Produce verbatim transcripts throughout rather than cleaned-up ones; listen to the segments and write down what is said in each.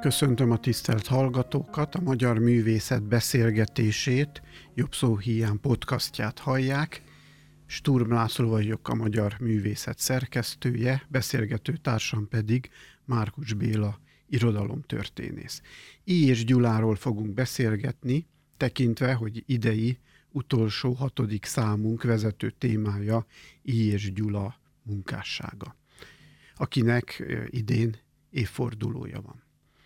Köszöntöm a tisztelt hallgatókat, a Magyar Művészet beszélgetését, jobb szó hiány podcastját hallják. Sturm László vagyok, a Magyar Művészet szerkesztője, beszélgető társam pedig Márkus Béla, irodalomtörténész. I. és Gyuláról fogunk beszélgetni, tekintve, hogy idei utolsó hatodik számunk vezető témája I. és Gyula munkássága, akinek idén évfordulója van.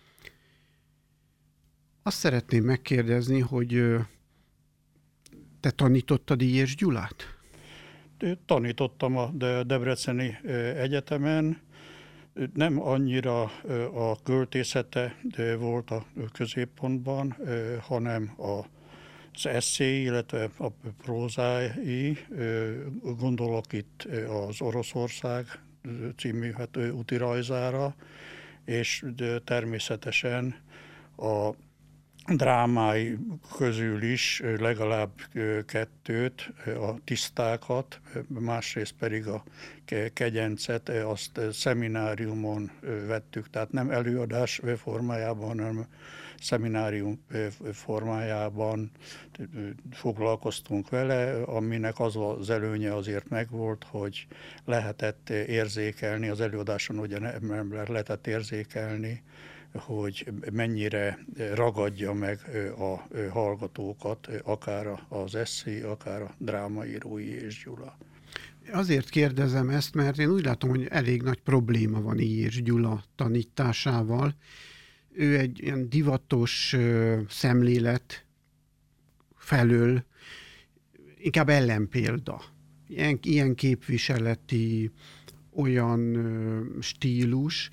Azt szeretném megkérdezni, hogy te tanítottad I. és Gyulát? Tanítottam a Debreceni Egyetemen. Nem annyira a költészete volt a középpontban, hanem az esszéi, illetve a prózái. Gondolok itt az Oroszország című hát, úti rajzára, és természetesen a drámái közül is legalább kettőt, a tisztákat, másrészt pedig a kegyencet, azt szemináriumon vettük, tehát nem előadás formájában, hanem szeminárium formájában foglalkoztunk vele, aminek az az előnye azért megvolt, hogy lehetett érzékelni, az előadáson ugye nem lehetett érzékelni, hogy mennyire ragadja meg a hallgatókat, akár az esszé, akár a drámaíró I. és Gyula. Azért kérdezem ezt, mert én úgy látom, hogy elég nagy probléma van I. és Gyula tanításával. Ő egy ilyen divatos szemlélet felől inkább ellenpélda. Ilyen, ilyen képviseleti, olyan stílus,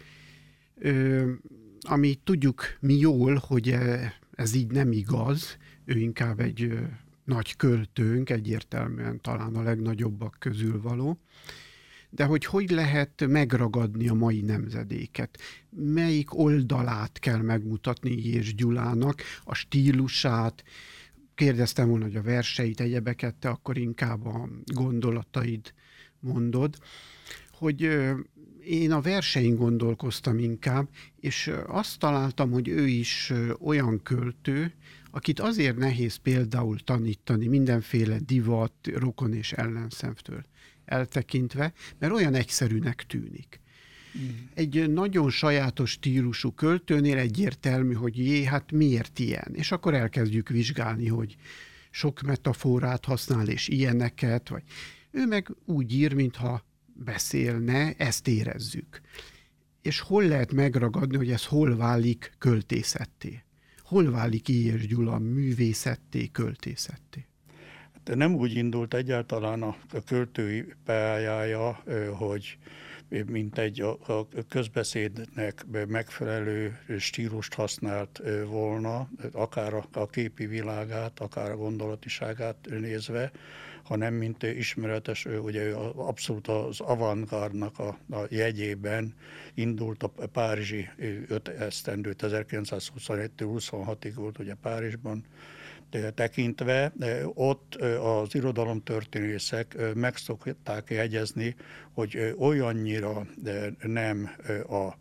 ami tudjuk mi jól, hogy ez így nem igaz, ő inkább egy nagy költőnk, egyértelműen talán a legnagyobbak közül való, de hogy hogy lehet megragadni a mai nemzedéket? Melyik oldalát kell megmutatni I. és Gyulának, a stílusát? Kérdeztem volna, hogy a verseit, egyebeket, te akkor inkább a gondolataid mondod, hogy én a versein gondolkoztam inkább, és azt találtam, hogy ő is olyan költő, akit azért nehéz például tanítani mindenféle divat, rokon és ellenszemtől eltekintve, mert olyan egyszerűnek tűnik. Mm. Egy nagyon sajátos stílusú költőnél egyértelmű, hogy jé, hát miért ilyen? És akkor elkezdjük vizsgálni, hogy sok metaforát használ, és ilyeneket, vagy ő meg úgy ír, mintha beszélne, ezt érezzük. És hol lehet megragadni, hogy ez hol válik költészetté? Hol válik I. és Gyula művészetté, költészetté? De nem úgy indult egyáltalán a költői pályája, hogy mint egy a közbeszédnek megfelelő stílust használt volna, akár a képi világát, akár a gondolatiságát nézve, hanem mint ismeretes, ugye abszolút az avantgárdnak a, a jegyében indult a párizsi öt esztendőt, ezerkilencszázhuszonegytől huszonhatig volt ugye Párizsban tekintve, ott az irodalomtörténészek meg szokták jegyezni, hogy olyannyira nem a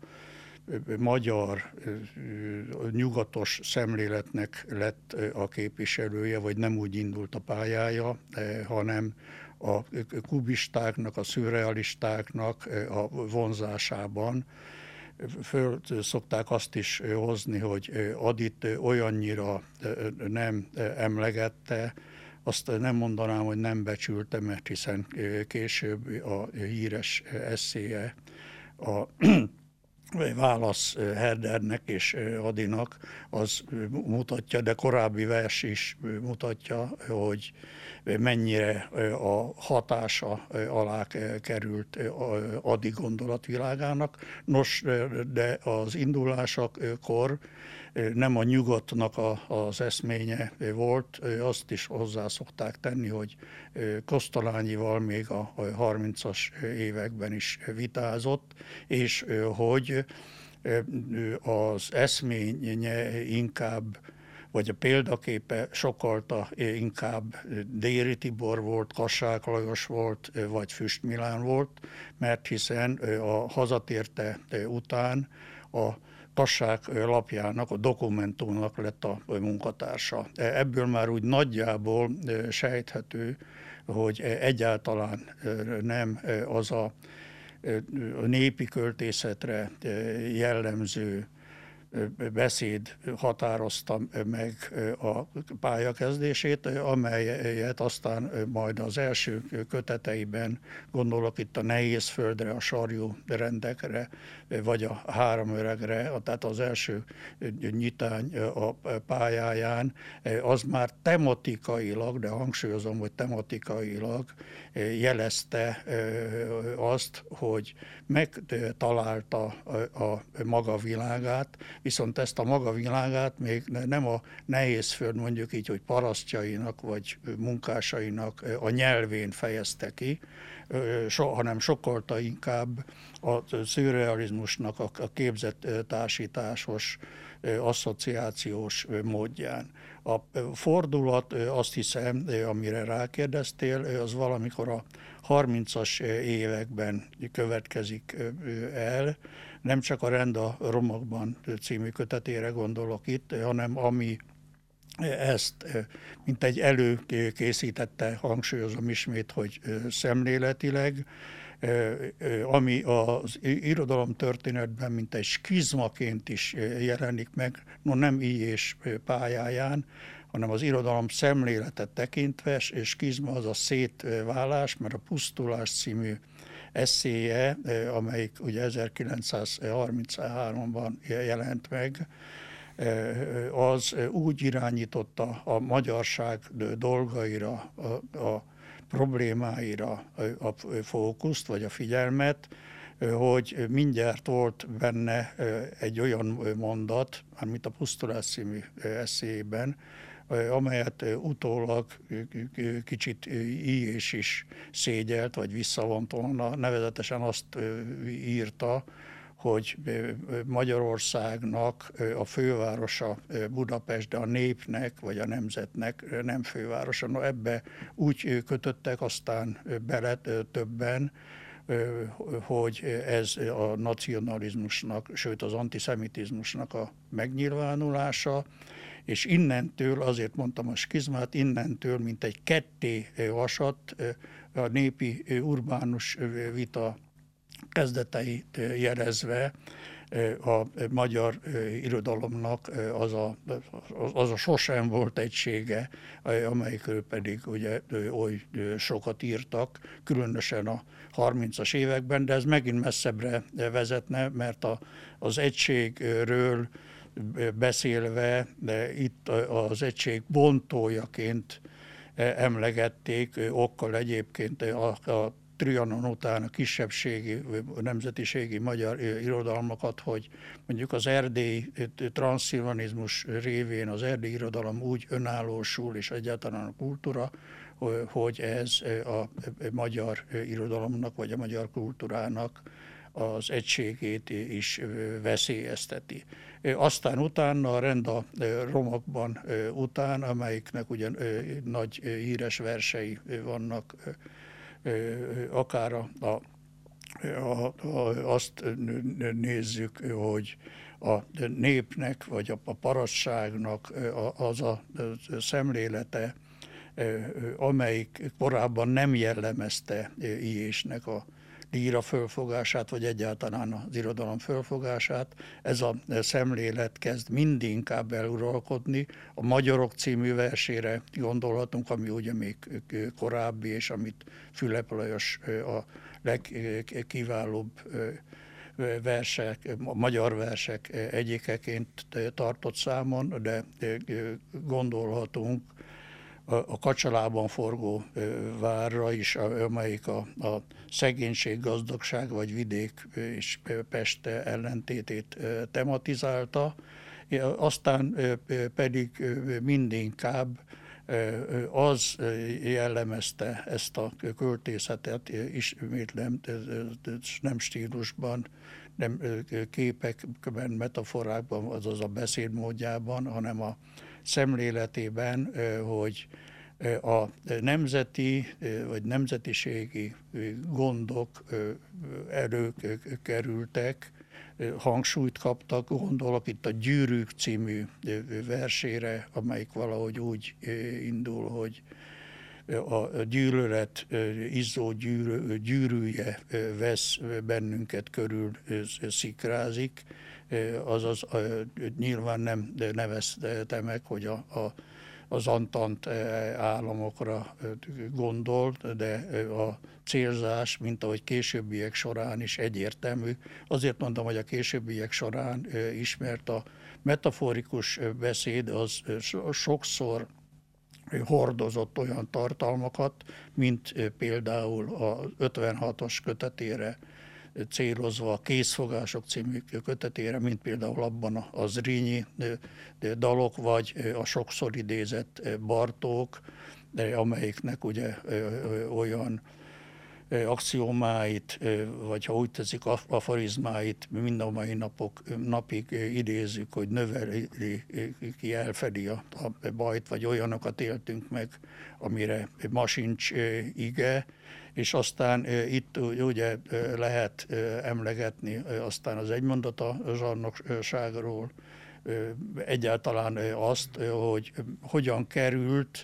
magyar, nyugatos szemléletnek lett a képviselője, vagy nem úgy indult a pályája, hanem a kubistáknak, a szürrealistáknak a vonzásában. Föl szokták azt is hozni, hogy Adit olyannyira nem emlegette, azt nem mondanám, hogy nem becsülte, mert hiszen később a híres esszéje, a válasz Herdernek és Adinak, az mutatja, de korábbi vers is mutatja, hogy mennyire a hatása alá került Adi gondolatvilágának. Nos, de az indulásakor nem a nyugatnak az eszménye volt, azt is hozzá szokták tenni, hogy Kosztolányival még a harmincas években is vitázott, és hogy az eszménye inkább, vagy a példaképe sokalta inkább Déri Tibor volt, Kassák Lajos volt, vagy Füst Milán volt, mert hiszen a hazatérte után a Tassák lapjának, a Dokumentumnak lett a munkatársa. Ebből már úgy nagyjából sejthető, hogy egyáltalán nem az a népi költészetre jellemző beszéd határozta meg a pályakezdését, amelyet aztán majd az első köteteiben, gondolok itt a Nehézföldre, a Sarjú rendekre, vagy a Három öregre, tehát az első nyitány a pályáján, az már tematikailag, de hangsúlyozom, hogy tematikailag jelezte azt, hogy megtalálta a maga világát, viszont ezt a maga világát még nem a Nehézföld, mondjuk így, hogy parasztjainak vagy munkásainak a nyelvén fejezte ki, so, hanem sokkal inkább a szürrealizmusnak a képzett társításos, asszociációs módján. A fordulat, azt hiszem, amire rákérdeztél, az valamikor a harmincas években következik el. Nem csak a Rend a romokban című kötetére gondolok itt, hanem ami ezt mint egy előkészítette, hangsúlyozom ismét, hogy szemléletileg, ami az irodalomtörténetben mint egy skizmaként is jelenik meg, no nem Illyés pályáján, hanem az irodalom szemléletet tekintve, és skizma az a szétválás, mert a Pusztulás című esszéje, amelyik ugye ezerkilencszázharmincháromban jelent meg, az úgy irányította a magyarság dolgaira, a, a problémáira a fókuszt, vagy a figyelmet, hogy mindjárt volt benne egy olyan mondat, mint a Pusztulás című esszéjében, amelyet utólag kicsit Illyés is szégyelt, vagy visszavont volna, nevezetesen azt írta, hogy Magyarországnak a fővárosa Budapest, de a népnek vagy a nemzetnek nem fővárosa. No, ebbe úgy kötöttek aztán bele többen, hogy ez a nacionalizmusnak, sőt az antiszemitizmusnak a megnyilvánulása, és innentől, azért mondtam a skizmát, innentől, mint egy ketté vasadt a népi urbánus vita kezdeteit jelezve a magyar irodalomnak az a, az a sosem volt egysége, amelyikről pedig ugye oly sokat írtak, különösen a harmincas években, de ez megint messzebbre vezetne, mert a, az egységről beszélve, de itt az egység bontójaként emlegették, okkal egyébként a, a Trianon után a kisebbségi, nemzetiségi magyar irodalmakat, hogy mondjuk az erdélyi transzilvanizmus révén az erdélyi irodalom úgy önállósul, és egyáltalán a kultúra, hogy ez a magyar irodalomnak, vagy a magyar kultúrának az egységét is veszélyezteti. Aztán utána a Rend a romokban után, amelyiknek ugyan nagy híres versei vannak, akár a, a, a, a, azt nézzük, hogy a népnek, vagy a, a parasságnak az a szemlélete, amelyik korábban nem jellemezte Illyésnek a líra fölfogását, vagy egyáltalán az irodalom fölfogását. Ez a szemlélet kezd mindig inkább eluralkodni. A Magyarok című versére gondolhatunk, ami ugye még korábbi, és amit Fülep Lajos a legkiválóbb versek, a magyar versek egyikeként tartott számon, de gondolhatunk a Kacsalában forgó várra is, amelyik a, a szegénység, gazdagság vagy vidék és Pest ellentétét tematizálta, aztán pedig mindinkább az jellemezte ezt a költészetet, ismétlem, nem stílusban, nem képekben, metaforákban, azaz a beszédmódjában, hanem a szemléletében, hogy a nemzeti vagy nemzetiségi gondok előkerültek, hangsúlyt kaptak. Gondolok itt a Gyűrűk című versére, amelyik valahogy úgy indul, hogy a gyűlölet izzó gyűrű, gyűrűje vesz bennünket körül, szikrázik, azaz nyilván nem nevezte meg, hogy a, a, az Antant államokra gondol, de a célzás, mint ahogy későbbiek során is egyértelmű. Azért mondom, hogy a későbbiek során is, mert a metaforikus beszéd az sokszor hordozott olyan tartalmakat, mint például az ötvenhatos kötetére célozva, a Készfogások című kötetére, mint például abban a Zrínyi dalok, vagy a sokszor idézett Bartók, amelyiknek ugye olyan axiómáit, vagy ha úgy teszik, aforizmáit mind a mai napok, napig idézzük, hogy növeli ki, elfedi a, a bajt, vagy olyanokat éltünk meg, amire ma sincs ige, és aztán itt ugye lehet emlegetni aztán az egymondata zsarnokságról, egyáltalán azt, hogy hogyan került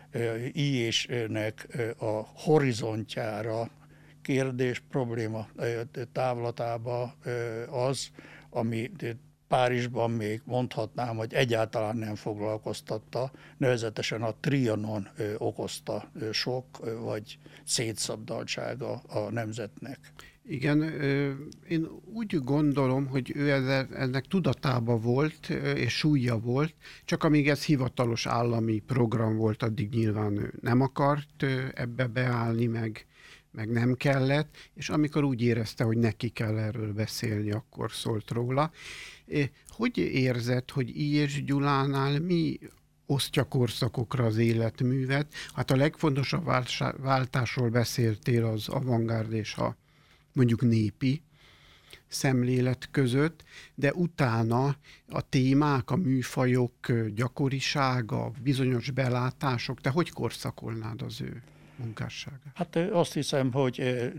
Illyésnek a horizontjára, kérdés, probléma távlatába az, ami Párizsban még mondhatnám, hogy egyáltalán nem foglalkoztatta, nevezetesen a Trianon okozta sok vagy szétszabdaltsága a nemzetnek. Igen, én úgy gondolom, hogy ő ennek tudatában volt, és súlya volt, csak amíg ez hivatalos állami program volt, addig nyilván ő nem akart ebbe beállni, meg, meg nem kellett, és amikor úgy érezte, hogy neki kell erről beszélni, akkor szólt róla. Hogy érzed, hogy Illyés Gyulánál mi osztja korszakokra az életművet? Hát a legfontosabb váltásról beszéltél, az avantgárd és a mondjuk népi szemlélet között, de utána a témák, a műfajok gyakorisága, bizonyos belátások, te hogy korszakolnád az ő munkásságát? Hát azt hiszem, hogy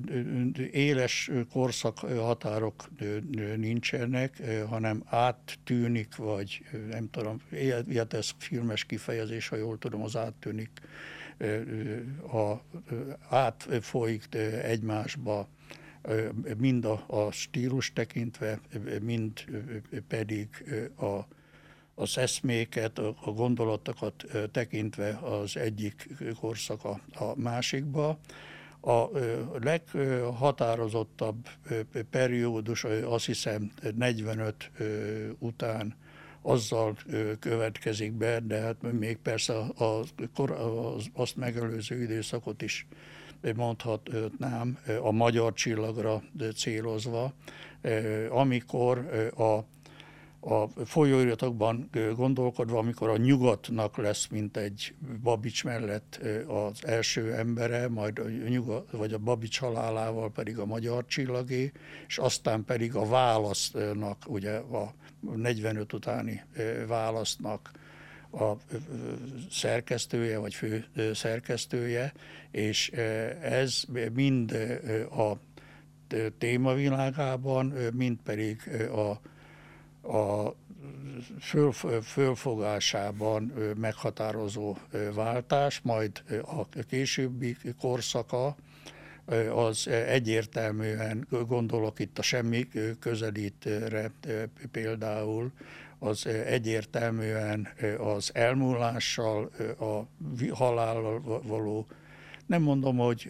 éles korszak határok nincsenek, hanem áttűnik, vagy nem tudom, ilyet ez filmes kifejezés, ha jól tudom, az áttűnik, a, átfolyik egymásba, mind a, a stílus tekintve, mind pedig a, az eszméket, a gondolatokat tekintve az egyik korszak a, a másikba. A leghatározottabb periódus, azt hiszem negyvenöt után azzal következik be, de hát még persze az, az, azt megelőző időszakot is mondhatnám, a Magyar Csillagra célozva, amikor a, a folyóiratokban gondolkodva, amikor a nyugatnak lesz, mint egy Babics mellett az első embere, majd a nyugat, vagy a Babics halálával pedig a Magyar Csillagé, és aztán pedig a Válasznak, ugye a negyvenöt utáni Válasznak a szerkesztője, vagy fő szerkesztője, és ez mind a témavilágában, mind pedig a, a föl, fölfogásában meghatározó váltás, majd a későbbi korszaka, az egyértelműen, gondolok itt a Semmi közelítre például, az egyértelműen az elmúlással, a halállal való, nem mondom, hogy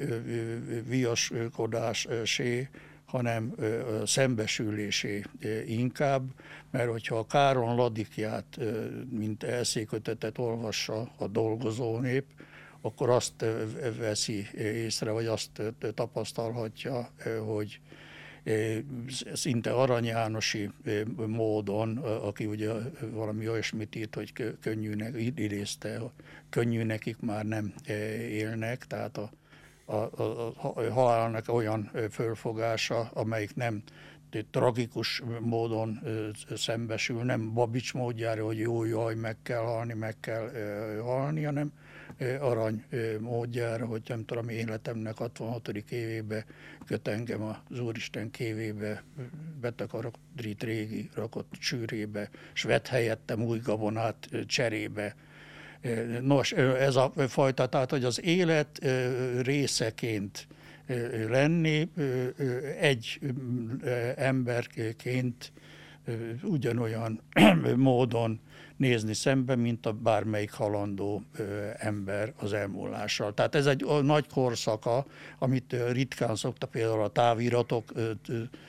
viaskodásé, hanem szembesülésé inkább, mert hogyha a Káron Ladikját, mint eszékötetet olvassa a dolgozó nép, akkor azt veszi észre, vagy azt tapasztalhatja, hogy szinte Arany Jánosi módon, aki ugye valami olyasmit írt, hogy könnyűnek, idézte, könnyű nekik már nem élnek, tehát a, a, a, a halálnak olyan fölfogása, amelyik nem tragikus módon szembesül, nem Babics módjára, hogy jó, jaj, meg kell halni, meg kell halni, hanem arany módjára, hogy nem tudom, életemnek hatvanhatodik évébe köt engem az Úristen kévébe, betakarodott régi rakott sűrébe, s vett helyettem új gabonát cserébe. Nos, ez a fajta, tehát hogy az élet részeként lenni, egy emberként ugyanolyan módon nézni szembe, mint a bármelyik halandó ember az elmúlással. Tehát ez egy nagy korszaka, amit ritkán szoktak, például a táviratokat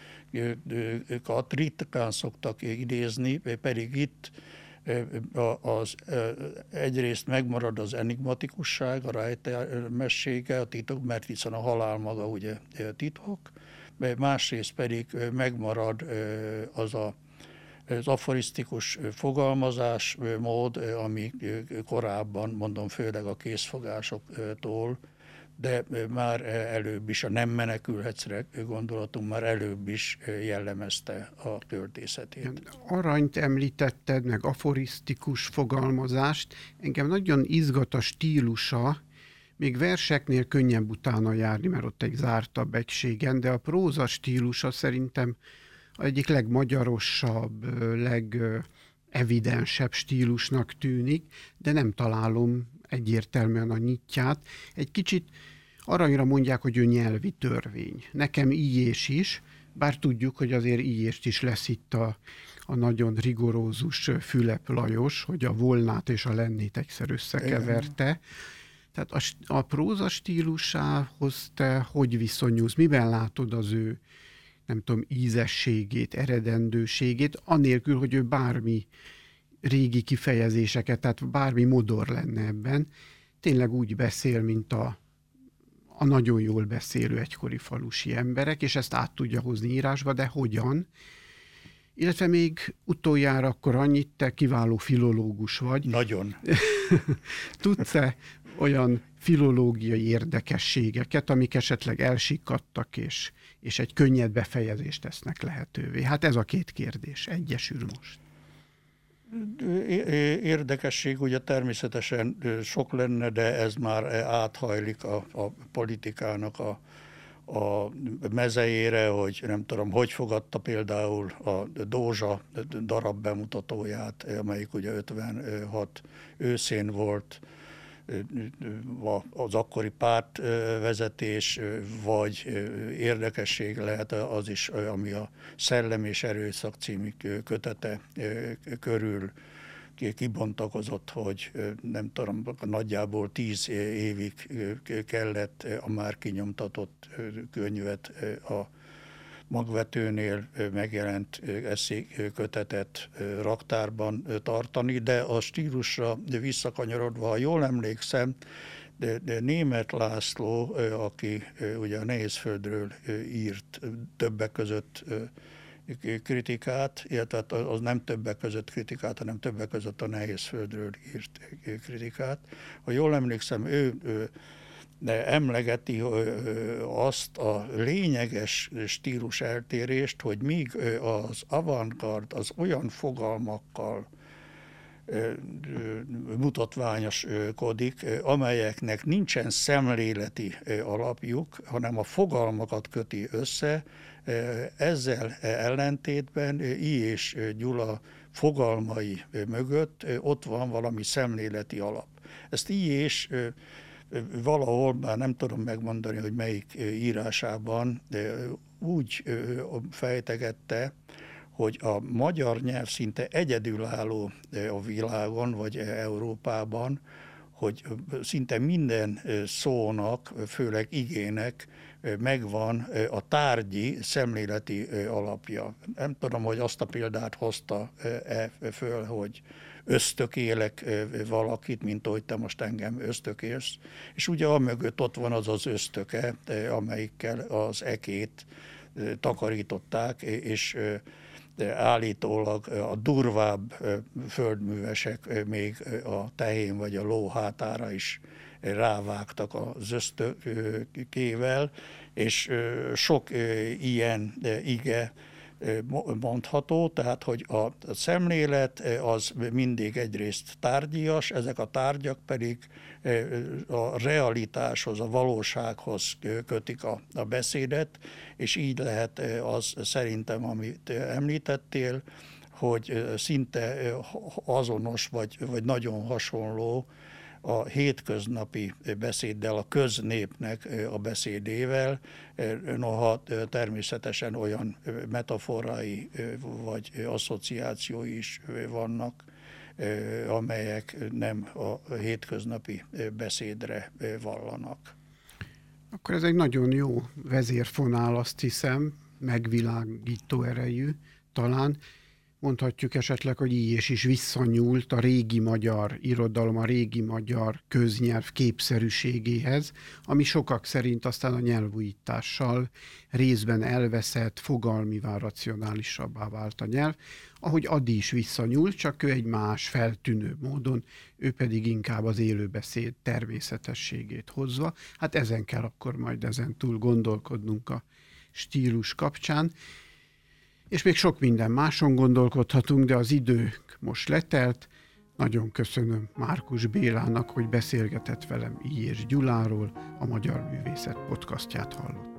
ritkán szoktak idézni, pedig itt az, egyrészt megmarad az enigmatikusság, a rejtelmessége, a titok, mert hiszen a halál maga ugye titok, másrészt pedig megmarad az a az aforisztikus fogalmazásmód, ami korábban, mondom, főleg a készfogásoktól, de már előbb is, a nem menekülhetszre gondolatunk már előbb is jellemezte a költészetét. Aranyt említetted, meg aforisztikus fogalmazást. Engem nagyon izgat a stílusa, még verseknél könnyebb utána járni, mert ott egy zártabb egységen, de a próza stílusa szerintem egyik legmagyarosabb, legevidensebb stílusnak tűnik, de nem találom egyértelműen a nyitját. Egy kicsit Aranyra mondják, hogy ő nyelvi törvény. Nekem Íjés is, bár tudjuk, hogy azért Íjést is lesz itt a, a nagyon rigorózus Fülep Lajos, hogy a volnát és a lennét egyszer összekeverte. Igen. Tehát a, a próza stílusához te hogy viszonyulsz? Miben látod az ő, nem tudom, ízességét, eredendőségét, anélkül, hogy ő bármi régi kifejezéseket, tehát bármi modor lenne ebben. Tényleg úgy beszél, mint a, a nagyon jól beszélő egykori falusi emberek, és ezt át tudja hozni írásba, de hogyan? Illetve még utoljára akkor annyit, te kiváló filológus vagy. Nagyon. Tudsz-e olyan filológiai érdekességeket, amik esetleg elsikkadtak, és, és egy könnyed befejezést tesznek lehetővé? Hát ez a két kérdés egyesül most. Érdekesség ugye természetesen sok lenne, de ez már áthajlik a, a politikának a, a mezejére, hogy nem tudom, hogy fogadta például a Dózsa darab bemutatóját, amelyik ugye ötvenhat őszén volt, az akkori pártvezetés, vagy érdekesség lehet az is, ami a Szellem és Erőszak című kötete körül kibontakozott, hogy nem tudom, nagyjából tíz évig kellett a már kinyomtatott könyvet a magvetőnél megjelent eszékötetet raktárban tartani, de a stílusra visszakanyarodva, ha jól emlékszem, de, de Németh László, aki ugye a Nehézföldről írt többek között kritikát, illetve az nem többek között kritikát, hanem többek között a Nehézföldről írt kritikát. Ha jól emlékszem, ő, ő de emlegeti azt a lényeges stílus eltérést, hogy míg az avantgard az olyan fogalmakkal mutatványoskodik, amelyeknek nincsen szemléleti alapjuk, hanem a fogalmakat köti össze, ezzel ellentétben I. és Gyula fogalmai mögött ott van valami szemléleti alap. Ezt I. és valahol, már nem tudom megmondani, hogy melyik írásában, de úgy fejtegette, hogy a magyar nyelv szinte egyedülálló a világon, vagy Európában, hogy szinte minden szónak, főleg igének megvan a tárgyi, szemléleti alapja. Nem tudom, hogy azt a példát hozta-e föl, hogy ösztökélek valakit, mint ahogy te most engem ösztökélsz, és ugye amögött ott van az az ösztöke, amelyikkel az ekét takarították, és állítólag a durvább földművesek még a tehén vagy a ló hátára is rávágtak az ösztökével, és sok ilyen ige mondható, tehát hogy a szemlélet az mindig egyrészt tárgyias, ezek a tárgyak pedig a realitáshoz, a valósághoz kötik a, a beszédet, és így lehet az szerintem, amit említettél, hogy szinte azonos vagy, vagy nagyon hasonló a hétköznapi beszéddel, a köznépnek a beszédével, noha természetesen olyan metaforai vagy asszociációi is vannak, amelyek nem a hétköznapi beszédre vallanak. Akkor ez egy nagyon jó vezérfonál, azt hiszem, megvilágító erejű talán. Mondhatjuk esetleg, hogy így és is visszanyúlt a régi magyar irodalom, a régi magyar köznyelv képszerűségéhez, ami sokak szerint aztán a nyelvújítással részben elveszett, fogalmivá racionálisabbá vált a nyelv, ahogy Ady is visszanyúlt, csak ő egy más, feltűnő módon, ő pedig inkább az élőbeszéd természetességét hozva. Hát ezen kell akkor majd ezen túl gondolkodnunk a stílus kapcsán. És még sok minden máson gondolkodhatunk, de az időnk most letelt. Nagyon köszönöm Márkus Bélának, hogy beszélgetett velem I. és Gyuláról, a Magyar Művészet podcastját hallott.